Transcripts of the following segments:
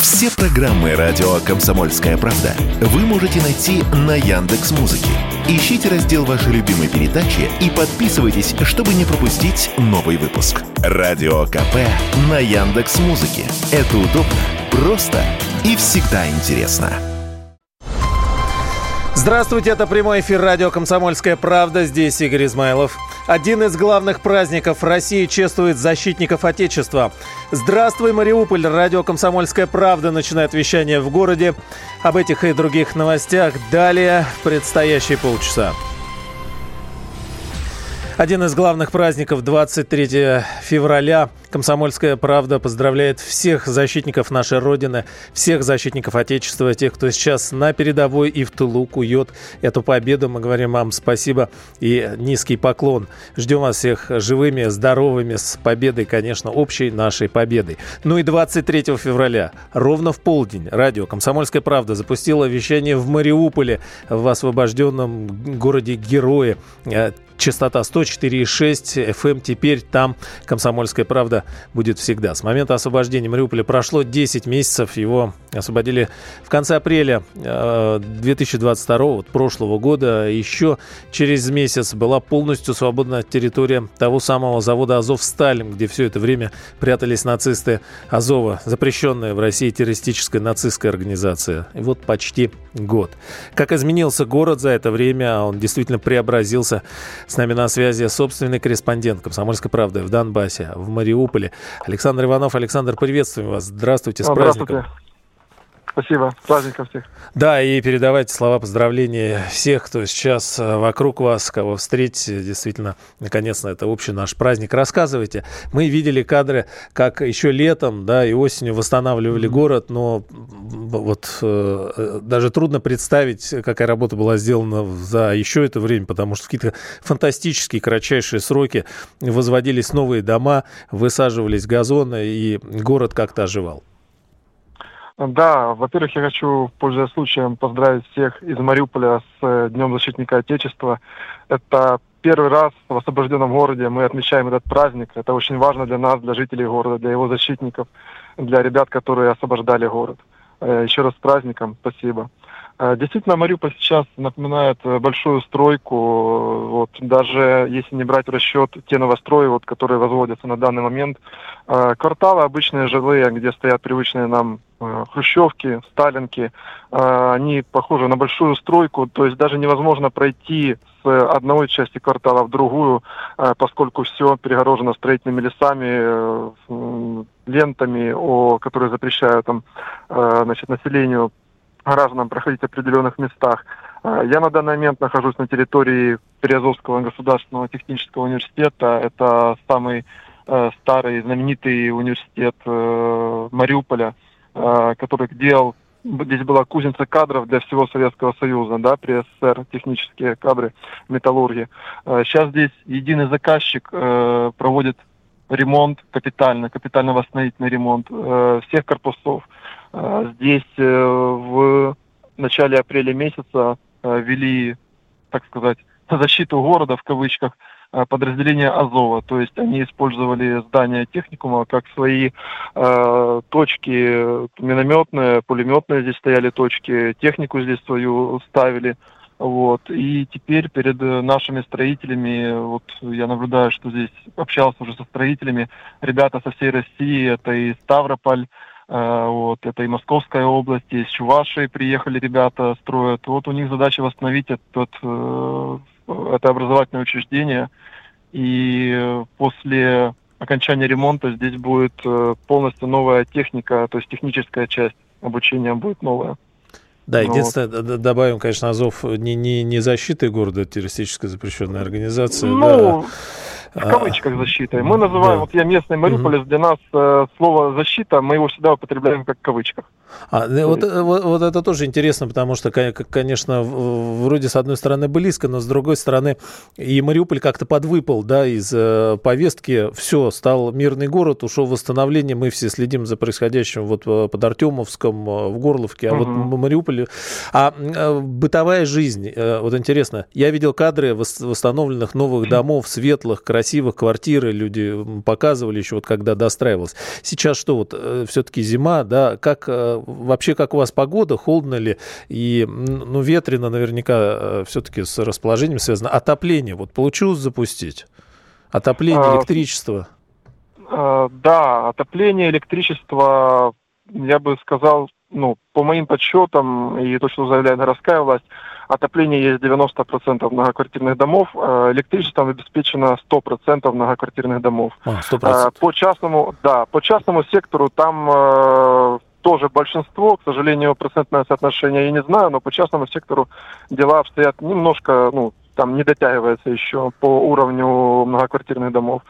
Все программы радио «Комсомольская правда» вы можете найти на Яндекс.Музыке. Ищите раздел вашей любимой передачи и подписывайтесь, чтобы не пропустить новый выпуск. Радио КП на Яндекс.Музыке. Это удобно, просто и всегда интересно. Здравствуйте, это прямой эфир радио «Комсомольская правда». Здесь Игорь Измайлов. Один из главных праздников России чествует защитников Отечества. Здравствуй, Мариуполь! Радио «Комсомольская правда» начинает вещание в городе. Об этих и других новостях далее в предстоящие полчаса. Один из главных праздников, 23 февраля. «Комсомольская правда» поздравляет всех защитников нашей Родины, всех защитников Отечества, тех, кто сейчас на передовой и в тылу кует эту победу. Мы говорим вам спасибо и низкий поклон. Ждем вас всех живыми, здоровыми, с победой, конечно, общей нашей победой. Ну и 23 февраля, ровно в полдень, радио «Комсомольская правда» запустило вещание в Мариуполе, в освобожденном городе-герое. Частота 104,6 FM. Теперь там «Комсомольская правда» будет всегда. С момента освобождения Мариуполя прошло 10 месяцев. Его освободили в конце апреля 2022, вот прошлого года. Еще через месяц была полностью свободна территория того самого завода «Азовсталь», где все это время прятались нацисты Азова, запрещенная в России террористическая нацистская организация. И вот почти год. Как изменился город за это время, он действительно преобразился. С нами на связи собственный корреспондент «Комсомольской правды» в Донбассе, в Мариуполе. Александр Иванов. Александр, приветствуем вас. Здравствуйте, с праздником. Здравствуйте. Спасибо. С праздником всех. Да, и передавайте слова поздравления всех, кто сейчас вокруг вас, кого встретите. Действительно, наконец-то это общий наш праздник. Рассказывайте. Мы видели кадры, как еще летом, да, и осенью восстанавливали город, но вот даже трудно представить, какая работа была сделана за еще это время, потому что в какие-то фантастические кратчайшие сроки возводились новые дома, высаживались газоны, и город как-то оживал. Да, во-первых, я хочу, пользуясь случаем, поздравить всех из Мариуполя с Днем Защитника Отечества. Это первый раз в освобожденном городе мы отмечаем этот праздник. Это очень важно для нас, для жителей города, для его защитников, для ребят, которые освобождали город. Еще раз с праздником, спасибо. Действительно, Мариуполь сейчас напоминает большую стройку. Вот, даже если не брать в расчет те новострои, вот, которые возводятся на данный момент. Кварталы обычные жилые, где стоят привычные нам хрущевки, сталинки, они похожи на большую стройку. То есть даже невозможно пройти с одной части квартала в другую, поскольку все перегорожено строительными лесами, лентами, которые запрещают населению, гражданам проходить в определенных местах. Я на данный момент нахожусь на территории Приазовского государственного технического университета. Это самый старый, знаменитый университет Мариуполя, который делал... Здесь была кузница кадров для всего Советского Союза, да, при СССР, технические кадры металлургии. Сейчас здесь единый заказчик проводит ремонт капитально-восстановительный ремонт всех корпусов. Здесь в начале апреля месяца ввели, так сказать, защиту города, в кавычках, подразделения Азова. То есть они использовали здание техникума как свои точки минометные, пулеметные здесь стояли точки, технику здесь свою ставили. Вот. И теперь перед нашими строителями, вот я наблюдаю, что здесь общался уже со строителями, ребята со всей России, это и Ставрополь, вот, это и Московская область, из Чувашии приехали ребята, строят. Вот у них задача восстановить это образовательное учреждение. И после окончания ремонта здесь будет полностью новая техника, то есть техническая часть обучения будет новая. Да, единственное, добавим, конечно, Азов не защитой города, террористическая запрещенная организация. Ну, да. В кавычках защитой. Мы называем, да. Вот я местный мариуполец, для нас слово «защита», мы его всегда употребляем как в кавычках. Вот это тоже интересно, потому что, конечно, вроде с одной стороны близко, но с другой стороны и Мариуполь как-то подвыпал, да, из повестки. Все, стал мирный город, ушел в восстановление. Мы все следим за происходящим вот под Артемовском, в Горловке, а вот в Мариуполе. А бытовая жизнь, вот интересно, я видел кадры восстановленных новых домов, светлых, красивых, красивых, квартиры люди показывали еще, вот когда достраивалось. Сейчас что, вот все-таки зима, да, вообще как у вас погода, холодно ли? И, ну, ветрено наверняка все-таки с расположением связано. Отопление, вот получилось запустить? Отопление, электричество? Да, отопление, электричество, я бы сказал, ну, по моим подсчетам, и то, что заявляет городская власть, отопление есть 90% многоквартирных домов, электричеством обеспечено 100% многоквартирных домов. 100%. По частному сектору там тоже большинство, к сожалению, процентное соотношение я не знаю, но по частному сектору дела обстоят немножко, ну, там не дотягивается еще по уровню многоквартирных домов.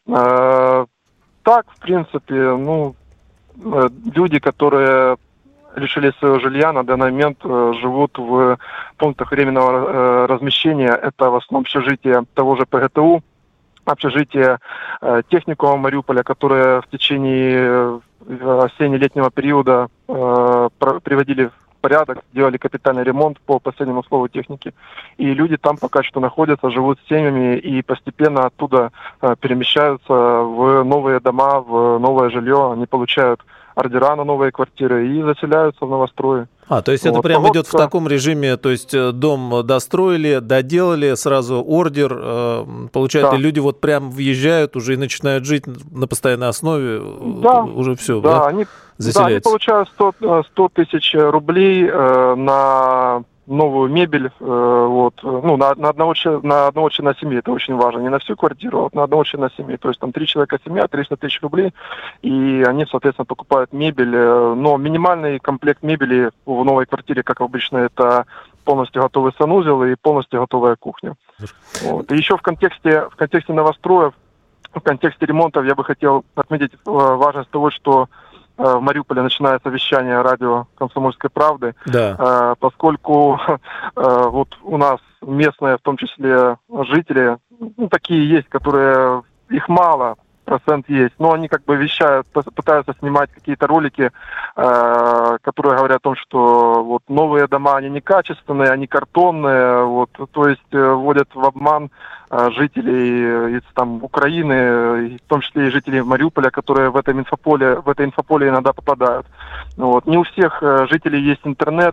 Так, в принципе, ну, люди, которые лишились своего жилья, на данный момент живут в пунктах временного размещения. Это в основном общежитие того же ПГТУ, общежитие техникума Мариуполя, которые в течение осенне-летнего периода приводили в порядок, делали капитальный ремонт по последнему слову техники. И люди там пока что находятся, живут с семьями и постепенно оттуда перемещаются в новые дома, в новое жилье. Они получают ордера на новые квартиры и заселяются в новострои. То есть это прямо идет в таком режиме, то есть дом достроили, доделали, сразу ордер, получают, и люди вот прям въезжают уже и начинают жить на постоянной основе, уже все, они заселяются. Они получают 100 тысяч рублей на новую мебель, на одного члена семьи, это очень важно, не на всю квартиру, а на одного члена семьи, то есть там 3 человека семья, 300 тысяч рублей, и они, соответственно, покупают мебель, но минимальный комплект мебели в новой квартире, как обычно, это полностью готовый санузел и полностью готовая кухня. И еще в контексте новостроев, в контексте ремонтов я бы хотел отметить важность того, что в Мариуполе начинается вещание радио «Комсомольской правды», поскольку вот у нас местные, в том числе жители, такие есть, которые, их мало, процент есть, но они как бы вещают, пытаются снимать какие-то ролики, которые говорят о том, что вот новые дома, они некачественные, они картонные, то есть вводят в обман жителей из там Украины, в том числе и жителей Мариуполя, которые в это инфополе иногда попадают. Не у всех жителей есть интернет,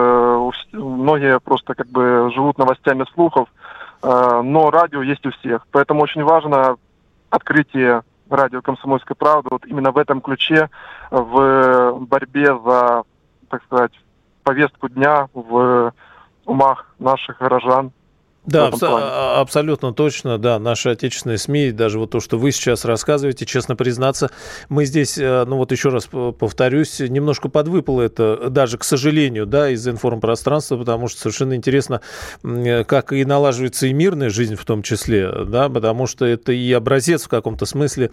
многие просто как бы живут новостями слухов, но радио есть у всех. Поэтому очень важно открытие радио «Комсомольской правды» вот именно в этом ключе, в борьбе за, так сказать, повестку дня в умах наших горожан. Да, абсолютно точно, да, наши отечественные СМИ, даже вот то, что вы сейчас рассказываете, честно признаться, мы здесь, еще раз повторюсь, немножко подвыпало это, даже, к сожалению, да, из информпространства, потому что совершенно интересно, как и налаживается и мирная жизнь в том числе, да, потому что это и образец в каком-то смысле,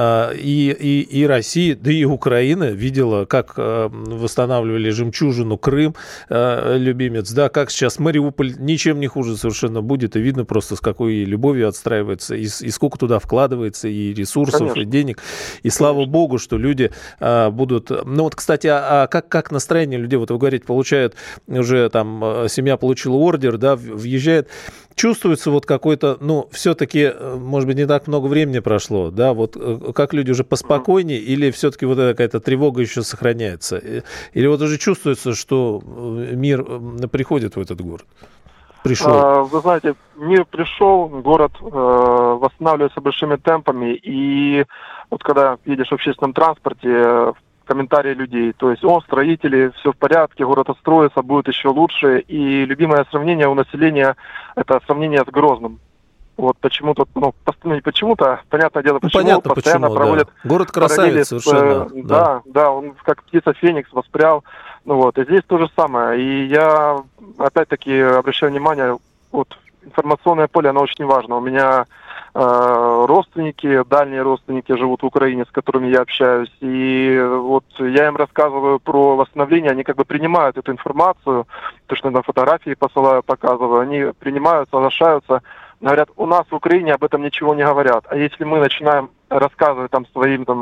и Россия, да и Украина видела, как восстанавливали жемчужину Крым, любимец, да, как сейчас Мариуполь ничем не хуже совершенно будет, и видно просто, с какой любовью отстраивается, и сколько туда вкладывается, и ресурсов, конечно, и денег. И слава богу, что люди будут... Кстати, как настроение людей? Вот вы говорите, получают, уже там семья получила ордер, да, въезжает. Чувствуется вот какой-то, все-таки, может быть, не так много времени прошло, да, вот как люди уже поспокойнее, или все-таки вот какая-то тревога еще сохраняется? Или вот уже чувствуется, что мир приходит в этот город? Пришел. Вы знаете, мир пришел, город восстанавливается большими темпами, и вот когда едешь в общественном транспорте, комментарии людей, то есть строители, все в порядке, город отстроится, будет еще лучше, и любимое сравнение у населения — это сравнение с Грозным. Вот почему-то, не почему-то, понятное дело, почему, понятно, постоянно почему, проводят... Да. Город красавец совершенно. Да, он как птица Феникс воспрял. И здесь то же самое. И я, опять-таки, обращаю внимание, информационное поле, оно очень важно. У меня родственники, дальние родственники живут в Украине, с которыми я общаюсь. И я им рассказываю про восстановление, они как бы принимают эту информацию, то, что на фотографии посылаю, показываю, они принимают, соглашаются. Говорят, у нас в Украине об этом ничего не говорят. А если мы начинаем рассказывать своим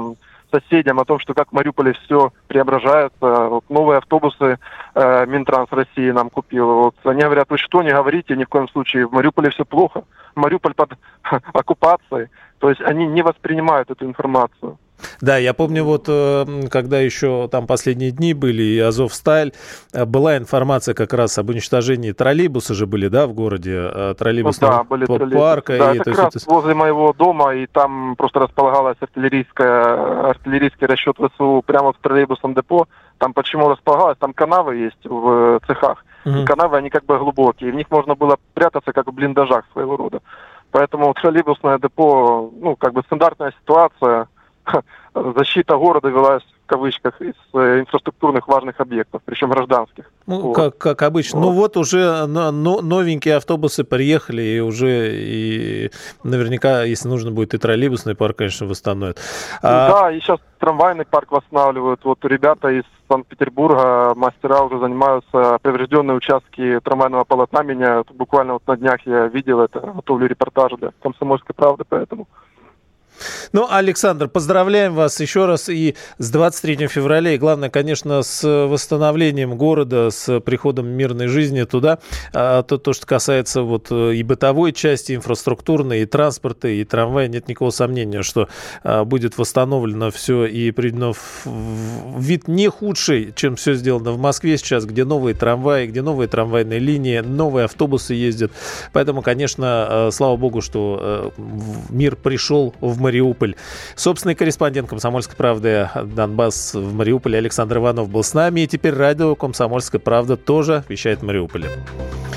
соседям о том, что как в Мариуполе все преображается. Вот новые автобусы Минтранс России нам купил. Вот они говорят, вы что, не говорите, ни в коем случае, в Мариуполе все плохо. Мариуполь под оккупацией. То есть они не воспринимают эту информацию. Да, я помню, вот когда еще там последние дни были, и Азовсталь, была информация как раз об уничтожении троллейбусы же были, да, в городе, троллейбусного парка. Да, и, это как раз возле моего дома, и там просто располагалась артиллерийский расчет ВСУ прямо в троллейбусном депо. Там почему располагалось? Там канавы есть в цехах. И канавы, они как бы глубокие, в них можно было прятаться как в блиндажах своего рода. Поэтому троллейбусное депо, ну, как бы стандартная ситуация. Защита города велась, в кавычках, из инфраструктурных важных объектов, причем гражданских. Ну, вот. как обычно. Вот. Ну, вот уже новенькие автобусы приехали, и уже и наверняка, если нужно будет, и троллейбусный парк, конечно, восстановят. Да, и сейчас трамвайный парк восстанавливают. Вот ребята из Санкт-Петербурга, мастера, уже занимаются, поврежденные участки трамвайного полотна меняют. Буквально вот на днях я видел это, готовлю репортаж для «Комсомольской правды», поэтому... Ну, Александр, поздравляем вас еще раз и с 23 февраля, и главное, конечно, с восстановлением города, с приходом мирной жизни туда. То, что касается вот и бытовой части, инфраструктурной, и транспорта, и трамвая, нет никакого сомнения, что будет восстановлено все и приведено в вид не худший, чем все сделано в Москве сейчас, где новые трамваи, где новые трамвайные линии, новые автобусы ездят. Поэтому, конечно, слава богу, что мир пришел в Мариуполь. Собственный корреспондент «Комсомольской правды» Донбасс в Мариуполе Александр Иванов был с нами. И теперь радио «Комсомольская правда» тоже вещает в Мариуполе.